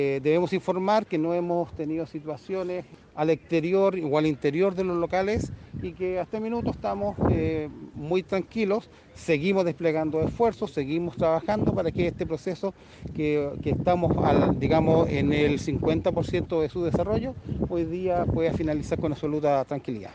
Debemos informar que no hemos tenido situaciones al exterior o al interior de los locales y que hasta el minuto estamos muy tranquilos, seguimos desplegando esfuerzos, seguimos trabajando para que este proceso que estamos, digamos, en el 50% de su desarrollo, hoy día pueda finalizar con absoluta tranquilidad.